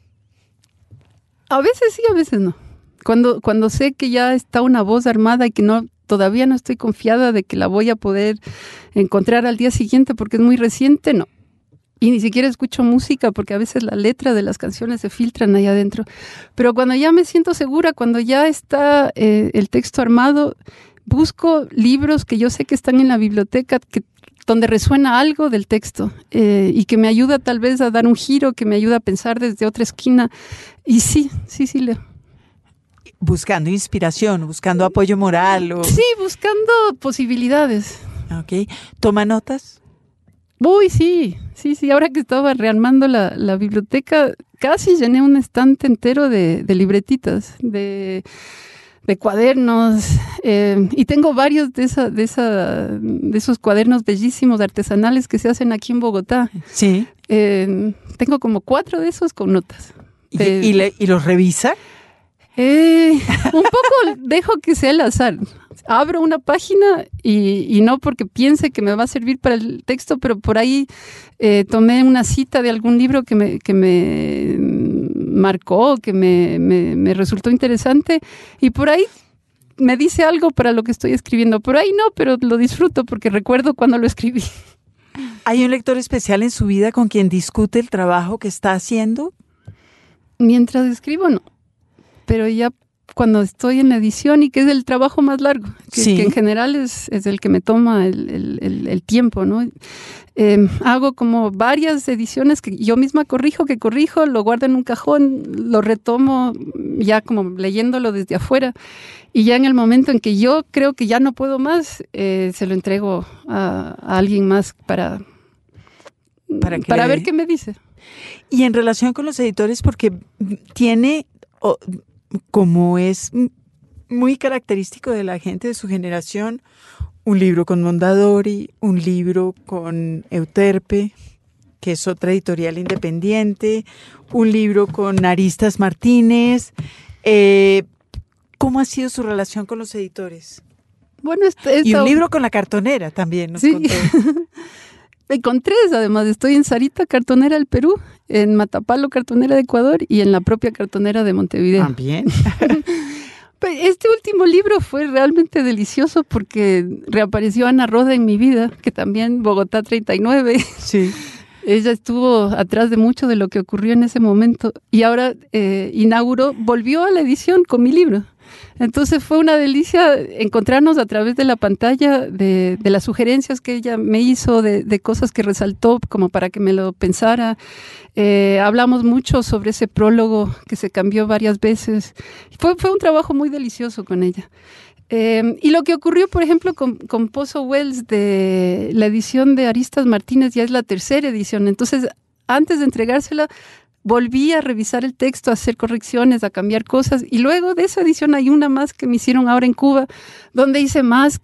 A veces sí, a veces no. Cuando, cuando sé que ya está una voz armada y que no, todavía no estoy confiada de que la voy a poder encontrar al día siguiente porque es muy reciente, no. y ni siquiera escucho música porque a veces la letra de las canciones se filtran ahí adentro. Pero cuando ya me siento segura, cuando ya está eh, el texto armado, busco libros que yo sé que están en la biblioteca, que, donde resuena algo del texto eh, y que me ayuda tal vez a dar un giro, que me ayuda a pensar desde otra esquina. Y sí, sí, sí leo. Buscando inspiración, buscando apoyo moral. O... Sí, buscando posibilidades. Ok. ¿Toma notas? Uy, sí, sí, sí. Ahora que estaba rearmando la, la biblioteca, casi llené un estante entero de, de libretitas, de, de cuadernos. Eh, y tengo varios de, esa, de, esa, de esos cuadernos bellísimos artesanales que se hacen aquí en Bogotá. Sí. Eh, tengo como cuatro de esos con notas. ¿Y, De, y, le, y los revisa? Eh, un poco dejo que sea al azar. Abro una página y, y no porque piense que me va a servir para el texto, pero por ahí eh, tomé una cita de algún libro que me, que me marcó, que me, me, me resultó interesante y por ahí me dice algo para lo que estoy escribiendo. Por ahí no, pero lo disfruto porque recuerdo cuando lo escribí. ¿Hay un lector especial en su vida con quien discute el trabajo que está haciendo? Mientras escribo, no. Pero ya cuando estoy en la edición y que es el trabajo más largo, que, sí. que en general es, es el que me toma el, el, el, el tiempo, ¿no? Eh, hago como varias ediciones que yo misma corrijo, que corrijo, lo guardo en un cajón, lo retomo ya como leyéndolo desde afuera y ya en el momento en que yo creo que ya no puedo más, eh, se lo entrego a, a alguien más para, para, para le... ver qué me dice. Y en relación con los editores, porque tiene... Oh, como es muy característico de la gente de su generación, un libro con Mondadori, un libro con Euterpe, que es otra editorial independiente, un libro con Aristas Martínez. Eh, ¿Cómo ha sido su relación con los editores? Bueno, esta, esta... Y un libro con La Cartonera también nos sí. contó. Con tres, además. Estoy en Sarita, Cartonera del Perú, en Matapalo, Cartonera de Ecuador y en la propia Cartonera de Montevideo. También. Este último libro fue realmente delicioso porque reapareció Ana Roda en mi vida, que también Bogotá treinta y nueve. Sí. Ella estuvo atrás de mucho de lo que ocurrió en ese momento y ahora eh, inauguró, volvió a la edición con mi libro. Entonces fue una delicia encontrarnos a través de la pantalla de, de las sugerencias que ella me hizo, de, de cosas que resaltó como para que me lo pensara. Eh, hablamos mucho sobre ese prólogo que se cambió varias veces. Fue, fue un trabajo muy delicioso con ella. Eh, y lo que ocurrió, por ejemplo, con, con Pozo Wells de la edición de Aristas Martínez, ya es la tercera edición. Entonces, antes de entregársela, volví a revisar el texto, a hacer correcciones, a cambiar cosas. Y luego de esa edición hay una más que me hicieron ahora en Cuba, donde hice más